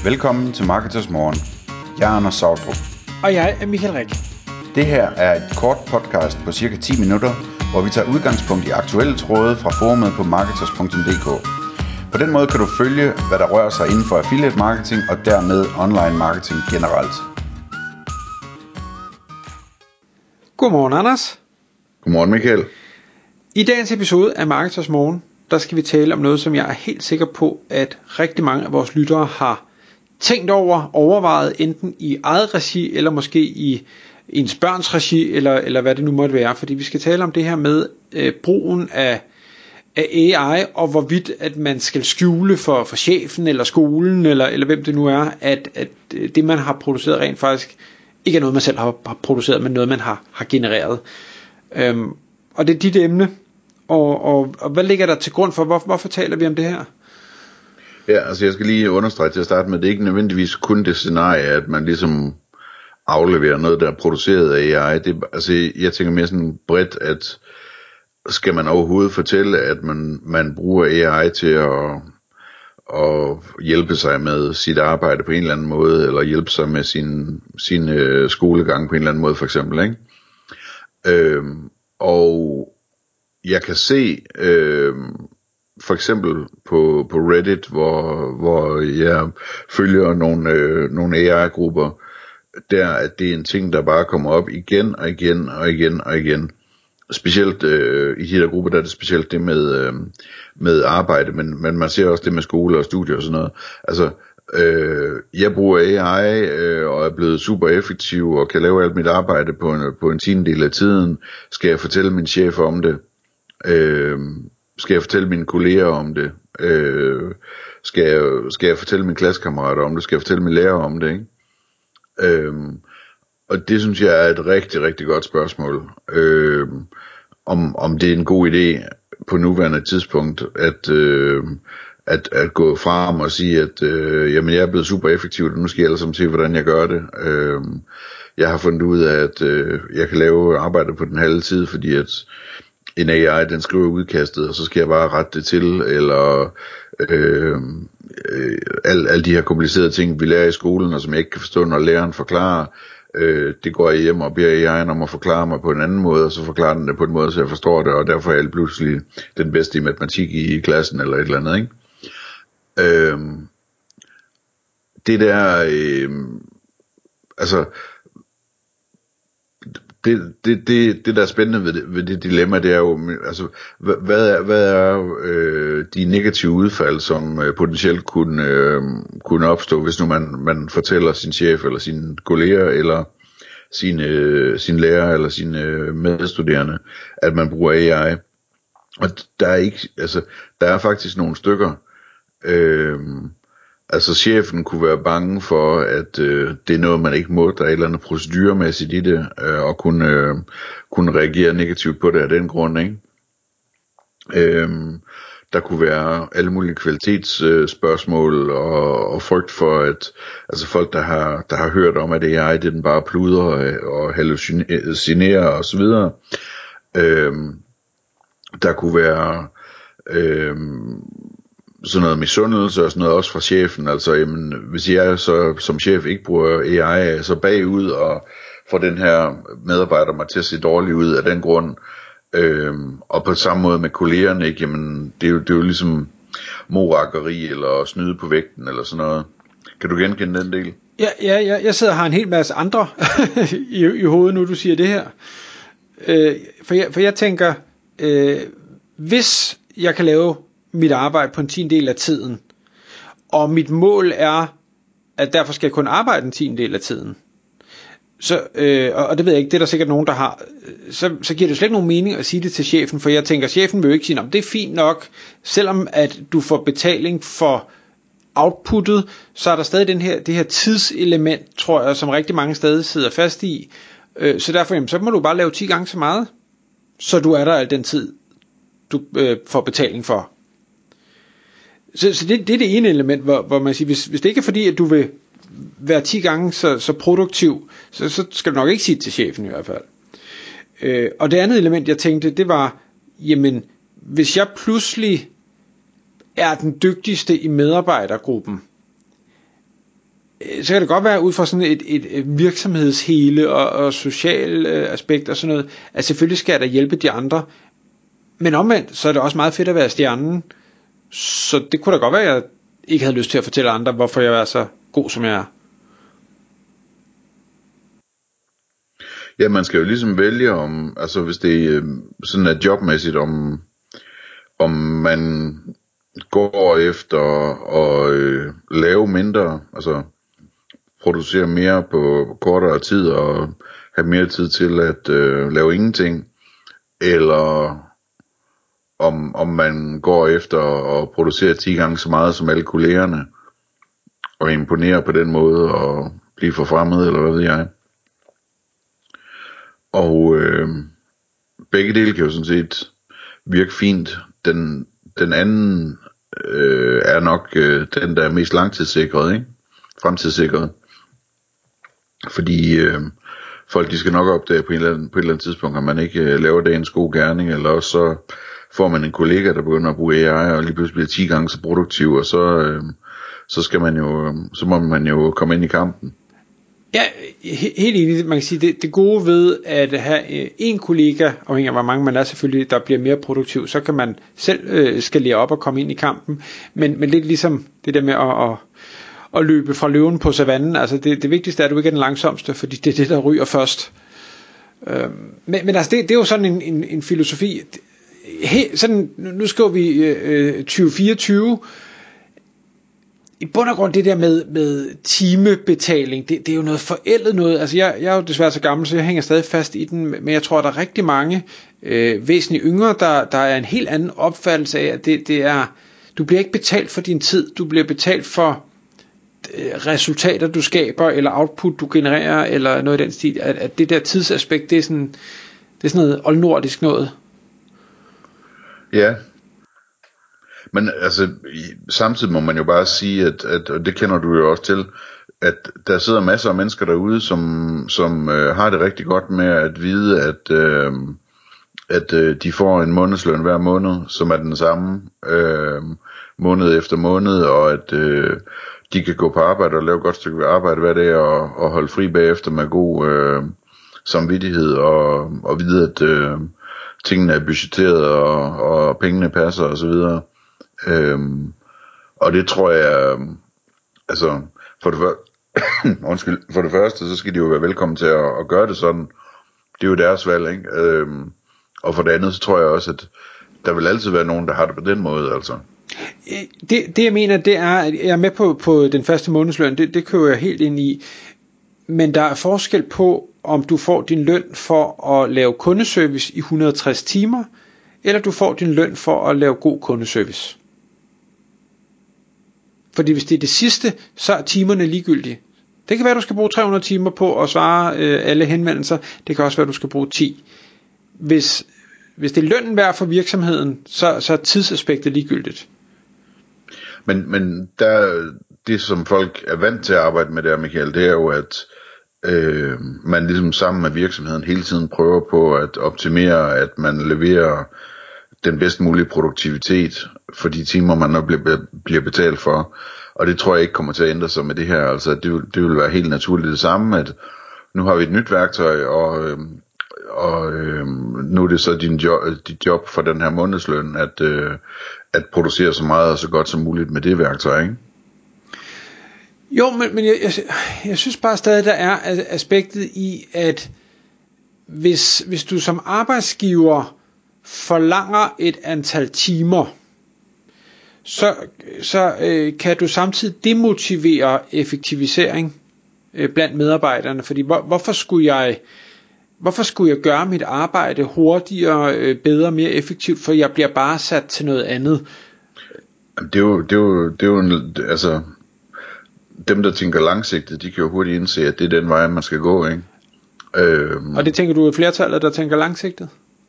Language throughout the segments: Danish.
Velkommen til Marketers Morgen. Jeg er Anders Sautrup. Og jeg er Michael Rik. Det her er et kort podcast på cirka 10 minutter, hvor vi tager udgangspunkt i aktuelle tråde fra forumet på marketers.dk. På den måde kan du følge, hvad der rører sig inden for affiliate marketing og dermed online marketing generelt. Godmorgen, Anders. Godmorgen, Michael. I dagens episode af Marketers Morgen, der skal vi tale om noget, som jeg er helt sikker på, at rigtig mange af vores lyttere har tænkt over, overvejet enten i eget regi, eller måske i ens børns regi, eller hvad det nu måtte være. Fordi vi skal tale om det her med brugen af AI, og hvorvidt at man skal skjule for chefen, eller skolen, eller hvem det nu er, at det man har produceret rent faktisk ikke er noget man selv har produceret, men noget man har genereret. Og det er dit emne. Og hvad ligger der til grund for, hvorfor taler vi om det her? Ja, altså jeg skal lige understrege til at starte med, det er ikke nødvendigvis kun det scenarie, at man ligesom afleverer noget, der er produceret af AI. Altså jeg tænker mere sådan bredt, at skal man overhovedet fortælle, at man bruger AI til at hjælpe sig med sit arbejde på en eller anden måde, eller hjælpe sig med sin skolegang på en eller anden måde, for eksempel, ikke? Og jeg kan se, for eksempel på Reddit, hvor jeg følger nogle AI-grupper, at det er en ting, der bare kommer op igen og igen og igen og igen. Specielt i de der grupper, der er det specielt det med arbejde, men man ser også det med skole og studier og sådan noget. Altså, jeg bruger AI og er blevet super effektiv og kan lave alt mit arbejde på en tiendedel af tiden. Skal jeg fortælle min chef om det? Skal jeg fortælle mine kolleger om det? Skal jeg fortælle mine klassekammerater om det? Skal jeg fortælle mine lærere om det, ikke? Og det synes jeg er et rigtig, rigtig godt spørgsmål. Om det er en god idé på nuværende tidspunkt at gå frem og sige, at jamen jeg er blevet super effektiv, og nu skal jeg alle sammen se, hvordan jeg gør det. Jeg har fundet ud af, at jeg kan lave arbejde på den halve tid, fordi at en AI, den skriver udkastet, og så skal jeg bare rette det til, eller alle de her komplicerede ting, vi lærer i skolen, og som jeg ikke kan forstå, når læreren forklarer, det går jeg hjem og beder AI'en om at forklare mig på en anden måde, og så forklarer den det på en måde, så jeg forstår det, og derfor er jeg pludselig den bedste i matematik i klassen, eller et eller andet, ikke? Det der, altså, det der er spændende ved det dilemma, det er jo, altså, hvad er de negative udfald, som potentielt kunne opstå, hvis nu man fortæller sin chef, eller sine kolleger, eller sin lærer, eller sine medstuderende, at man bruger AI. Og der er faktisk nogle stykker. Altså chefen kunne være bange for, at det er noget, man ikke må, der er et eller andet proceduremæssigt i det, og kunne reagere negativt på det af den grund, ikke? Der kunne være alle mulige kvalitetsspørgsmål og frygt for, at altså folk, der har hørt om, at AI det den bare pluder og hallucinerer og så videre. Der kunne være sådan noget misundelse og sådan noget også fra chefen. Altså, jamen, hvis jeg så som chef ikke bruger AI, så bagud og får den her medarbejder mig til at se dårligt ud af den grund. Og på samme måde med kollegerne, ikke? Jamen, det er jo ligesom morakkeri eller snyde på vægten eller sådan noget. Kan du genkende den del? Ja, jeg sidder og har en hel masse andre i hovedet, nu du siger det her. For jeg tænker, hvis jeg kan lave mit arbejde på en tiendedel af tiden, og mit mål er, at derfor skal jeg kun arbejde en tiendedel af tiden, så, og det ved jeg ikke, det er der sikkert nogen, der har, så giver det slet ikke nogen mening at sige det til chefen, for jeg tænker, chefen vil jo ikke sige, det er fint nok, selvom at du får betaling for outputtet, så er der stadig det her tidselement, tror jeg, som rigtig mange steder sidder fast i, så derfor, jamen, så må du bare lave 10 gange så meget, så du er der al den tid, du får betaling for. Så det er det ene element, hvor man siger, hvis det ikke er fordi, at du vil være 10 gange så produktiv, så skal du nok ikke sige det til chefen i hvert fald. Og det andet element, jeg tænkte, det var, jamen, hvis jeg pludselig er den dygtigste i medarbejdergruppen, så kan det godt være ud fra sådan et virksomhedshele og social aspekt og sådan noget, at selvfølgelig skal jeg da hjælpe de andre, men omvendt, så er det også meget fedt at være stjernen, så det kunne da godt være, at jeg ikke havde lyst til at fortælle andre, hvorfor jeg er så god, som jeg er. Ja, man skal jo ligesom vælge om, altså hvis det sådan er jobmæssigt, om man går efter at lave mindre, altså producere mere på kortere tid og have mere tid til at lave ingenting, eller om man går efter at producere 10 gange så meget som alle kollegerne, og imponere på den måde og blive forfremmet, eller hvad ved jeg. Og begge dele kan jo sådan set virke fint. Den anden er nok den, der er mest langtidssikret, ikke? Fremtidssikret. Fordi folk, de skal nok opdage på et eller andet tidspunkt, at man ikke laver dagens gode gerning, eller også så får man en kollega, der begynder at bruge AI, og lige pludselig bliver 10 gange så produktiv, og så må man jo komme ind i kampen. Ja, helt enig. Man kan sige, det gode ved at have en kollega, afhængig af hvor mange man er selvfølgelig, der bliver mere produktiv, så kan man selv skalere op og komme ind i kampen. Men lidt ligesom det der med at løbe fra løven på savannen, altså det vigtigste er, at du ikke er den langsomste, fordi det er det, der ryger først. Men altså det er jo sådan en filosofi. Sådan, nu skriver vi 2024. I bund og grund det der med timebetaling, det er jo noget forældet noget. Altså jeg er jo desværre så gammel, så jeg hænger stadig fast i den, men jeg tror, at der er rigtig mange væsentligt yngre, der er en helt anden opfattelse af, at det er, du bliver ikke betalt for din tid, du bliver betalt for resultater, du skaber, eller output, du genererer, eller noget i den stil. At det der tidsaspekt, det er sådan noget oldnordisk noget. Ja. Men altså, samtidig må man jo bare sige, at og det kender du jo også til, at der sidder masser af mennesker derude, som har det rigtig godt med at vide, at de får en månedsløn hver måned, som er den samme måned efter måned, og at de kan gå på arbejde og lave et godt stykke arbejde hver dag, og holde fri bagefter med god samvittighed, og vide, at tingene er budgetteret, og pengene passer og så videre. Og det tror jeg, altså for det første, så skal de jo være velkommen til at gøre det sådan. Det er jo deres valg, ikke? Og for det andet, så tror jeg også, at der vil altid være nogen, der har det på den måde, altså. Det jeg mener, det er, at jeg er med på den faste månedsløn, det kører jeg helt ind i, men der er forskel på, om du får din løn for at lave kundeservice i 160 timer, eller du får din løn for at lave god kundeservice. Fordi hvis det er det sidste, så er timerne ligegyldige. Det kan være, at du skal bruge 300 timer på at svare alle henvendelser. Det kan også være, at du skal bruge 10. Hvis det er lønnen værd for virksomheden, så er tidsaspektet ligegyldigt. Men det, som folk er vant til at arbejde med der, Michael, det er jo, at man ligesom sammen med virksomheden hele tiden prøver på at optimere, at man leverer den bedst mulige produktivitet for de timer, man nok bliver betalt for. Og det tror jeg ikke kommer til at ændre sig med det her. Altså, det vil være helt naturligt det samme, at nu har vi et nyt værktøj, og nu er det så dit job for den her månedsløn, at producere så meget og så godt som muligt med det værktøj, ikke? Jo, men jeg synes bare stadig, der er aspektet i, at hvis du som arbejdsgiver forlanger et antal timer, så kan du samtidig demotivere effektivisering blandt medarbejderne, fordi hvorfor skulle jeg gøre mit arbejde hurtigere, bedre, mere effektivt, for jeg bliver bare sat til noget andet. Det er jo altså dem, der tænker langsigtet, de kan jo hurtigt indse, at det er den vej, man skal gå, ikke? Og det tænker du i flertallet, der tænker langsigtet?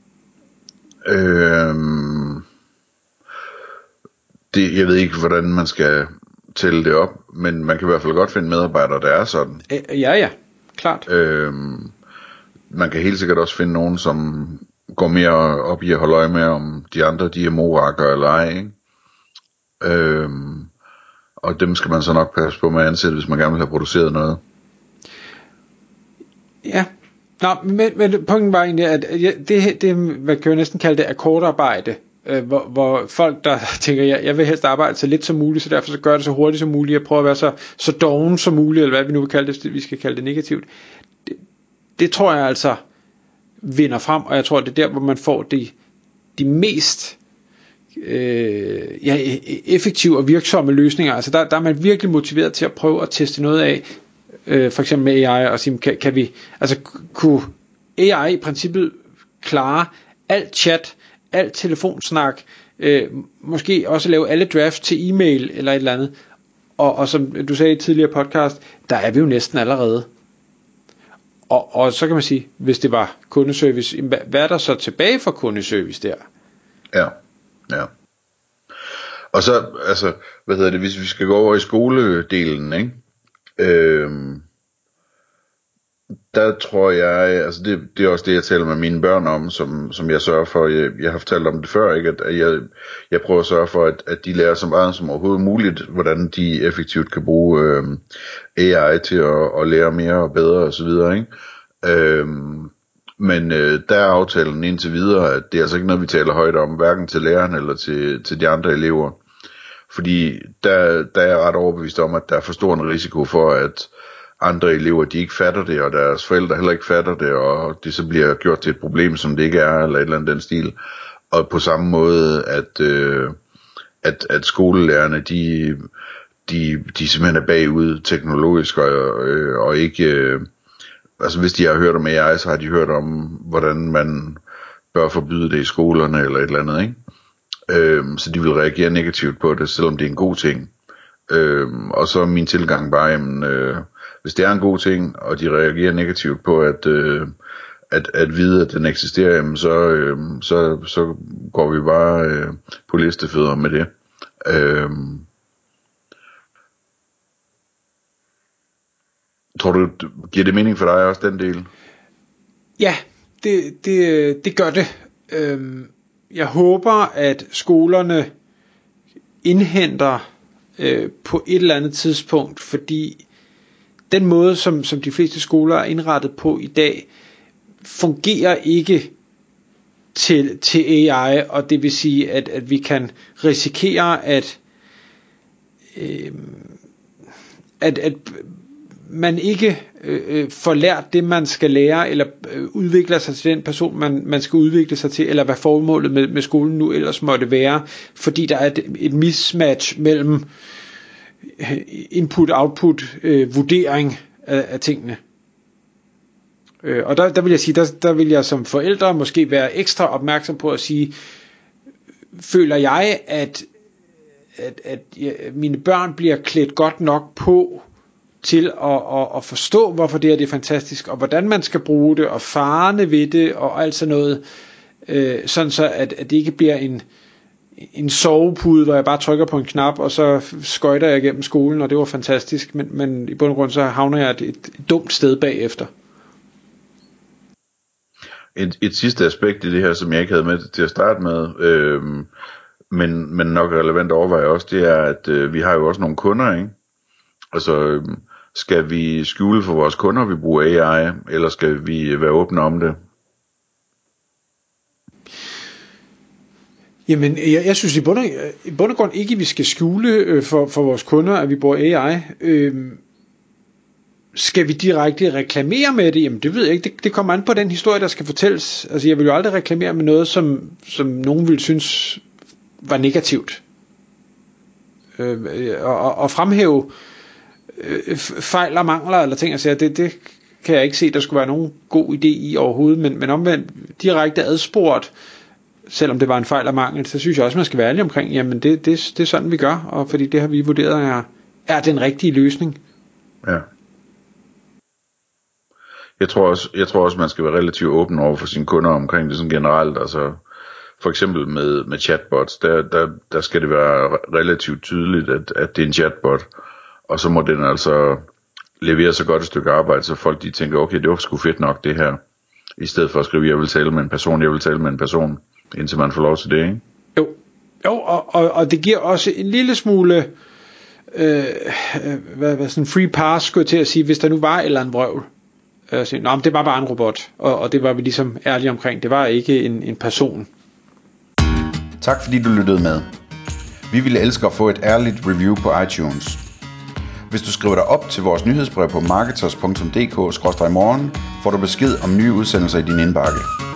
Jeg ved ikke, hvordan man skal tælle det op, men man kan i hvert fald godt finde medarbejdere, der er sådan. Ja, klart. Man kan helt sikkert også finde nogen, som går mere op i at holde øje med, om de andre, de er morakker eller ej, ikke? og dem skal man så nok passe på med at ansætte, hvis man gerne vil have produceret noget. Ja. Nå, men punkten var egentlig, at det hvad kan jeg næsten kalde det, akkordarbejde, hvor folk, der tænker, jeg vil helst arbejde så lidt som muligt, så derfor så gør det så hurtigt som muligt, jeg prøver at være så doven som muligt, eller hvad vi nu vil kalde det, vi skal kalde det negativt. Det tror jeg altså vinder frem, og jeg tror, det er der, hvor man får de mest effektive og virksomme løsninger. Altså der er man virkelig motiveret til at prøve at teste noget af, for eksempel med AI, og sige, kan vi, altså kunne AI i princippet klare alt chat, alt telefonsnak, måske også lave alle drafts til e-mail eller et eller andet, og som du sagde i tidligere podcast, der er vi jo næsten allerede. Og så kan man sige, hvis det var kundeservice, hvad er der så tilbage for kundeservice der? Ja. Og så, altså, hvis vi skal gå over i skoledelen, ikke? Der tror jeg, altså det er også det, jeg taler med mine børn om, som jeg sørger for, jeg har fortalt om det før, ikke? At jeg prøver at sørge for, at de lærer så meget som overhovedet muligt, hvordan de effektivt kan bruge AI til at lære mere og bedre og så videre, ikke? Men der er aftalen indtil videre, at det er altså ikke noget, vi taler højt om, hverken til læreren eller til de andre elever. Fordi der er jeg ret overbevist om, at der er for stor en risiko for, at andre elever, de ikke fatter det, og deres forældre heller ikke fatter det, og det så bliver gjort til et problem, som det ikke er, eller et eller andet den stil. Og på samme måde, at skolelærerne, de simpelthen er bagud teknologisk, og ikke, altså hvis de har hørt om AI, så har de hørt om, hvordan man bør forbyde det i skolerne, eller et eller andet, ikke? Så de vil reagere negativt på det, selvom det er en god ting. Og så er min tilgang bare, jamen, hvis det er en god ting, og de reagerer negativt på at vide, at den eksisterer, jamen, så går vi bare på listefødder med det. Tror du, giver det mening for dig også, den del? Ja, det gør det. Jeg håber, at skolerne indhenter på et eller andet tidspunkt, fordi den måde, som de fleste skoler er indrettet på i dag, fungerer ikke til AI, og det vil sige, at vi kan risikere, at man ikke får lært det, man skal lære, eller udvikler sig til den person, man skal udvikle sig til, eller hvad formålet med skolen nu ellers måtte være, fordi der er et mismatch mellem input-output vurdering af tingene. Og der vil jeg sige, der vil jeg som forældre måske være ekstra opmærksom på at sige, føler jeg, at mine børn bliver klædt godt nok på til at forstå, hvorfor det er fantastisk, og hvordan man skal bruge det, og farerne ved det, og alt sådan noget, sådan så at det ikke bliver en sovepude, hvor jeg bare trykker på en knap, og så skøjter jeg igennem skolen, og det var fantastisk, men i bund og grund så havner jeg et dumt sted bagefter. Et sidste aspekt i det her, som jeg ikke havde med til at starte med, men nok relevant overveje også, det er, at vi har jo også nogle kunder, ikke? Altså, skal vi skjule for vores kunder, vi bruger AI, eller skal vi være åbne om det? Jamen, jeg synes i bund og grund ikke, vi skal skjule for vores kunder, at vi bruger AI. Skal vi direkte reklamere med det? Jamen, det ved jeg ikke. Det kommer an på den historie, der skal fortælles. Altså, jeg vil jo aldrig reklamere med noget, som nogen ville synes var negativt. Og fremhæve fejl og mangler eller ting, altså det kan jeg ikke se, der skulle være nogen god idé i overhovedet, men omvendt direkte adspurgt, selvom det var en fejl og mangel, så synes jeg også, man skal være ærlig omkring, jamen det er sådan, vi gør, og fordi det har vi vurderet er den rigtige løsning. Ja. Jeg tror også, man skal være relativt åben over for sine kunder omkring det sådan generelt, altså for eksempel med chatbots, der skal det være relativt tydeligt, at det er en chatbot, og så må den altså levere så godt et stykke arbejde, så folk de tænker, okay, det var sgu fedt nok det her, i stedet for at skrive, jeg vil tale med en person, indtil man får lov til det, ikke? Jo, og det giver også en lille smule, sådan free pass, skulle jeg til at sige, hvis der nu var et eller andet vrøvl. Nå, men det var bare en robot, og det var vi ligesom ærlige omkring. Det var ikke en person. Tak fordi du lyttede med. Vi ville elske at få et ærligt review på iTunes. Hvis du skriver dig op til vores nyhedsbrev på marketers.dk/morgen, får du besked om nye udsendelser i din indbakke.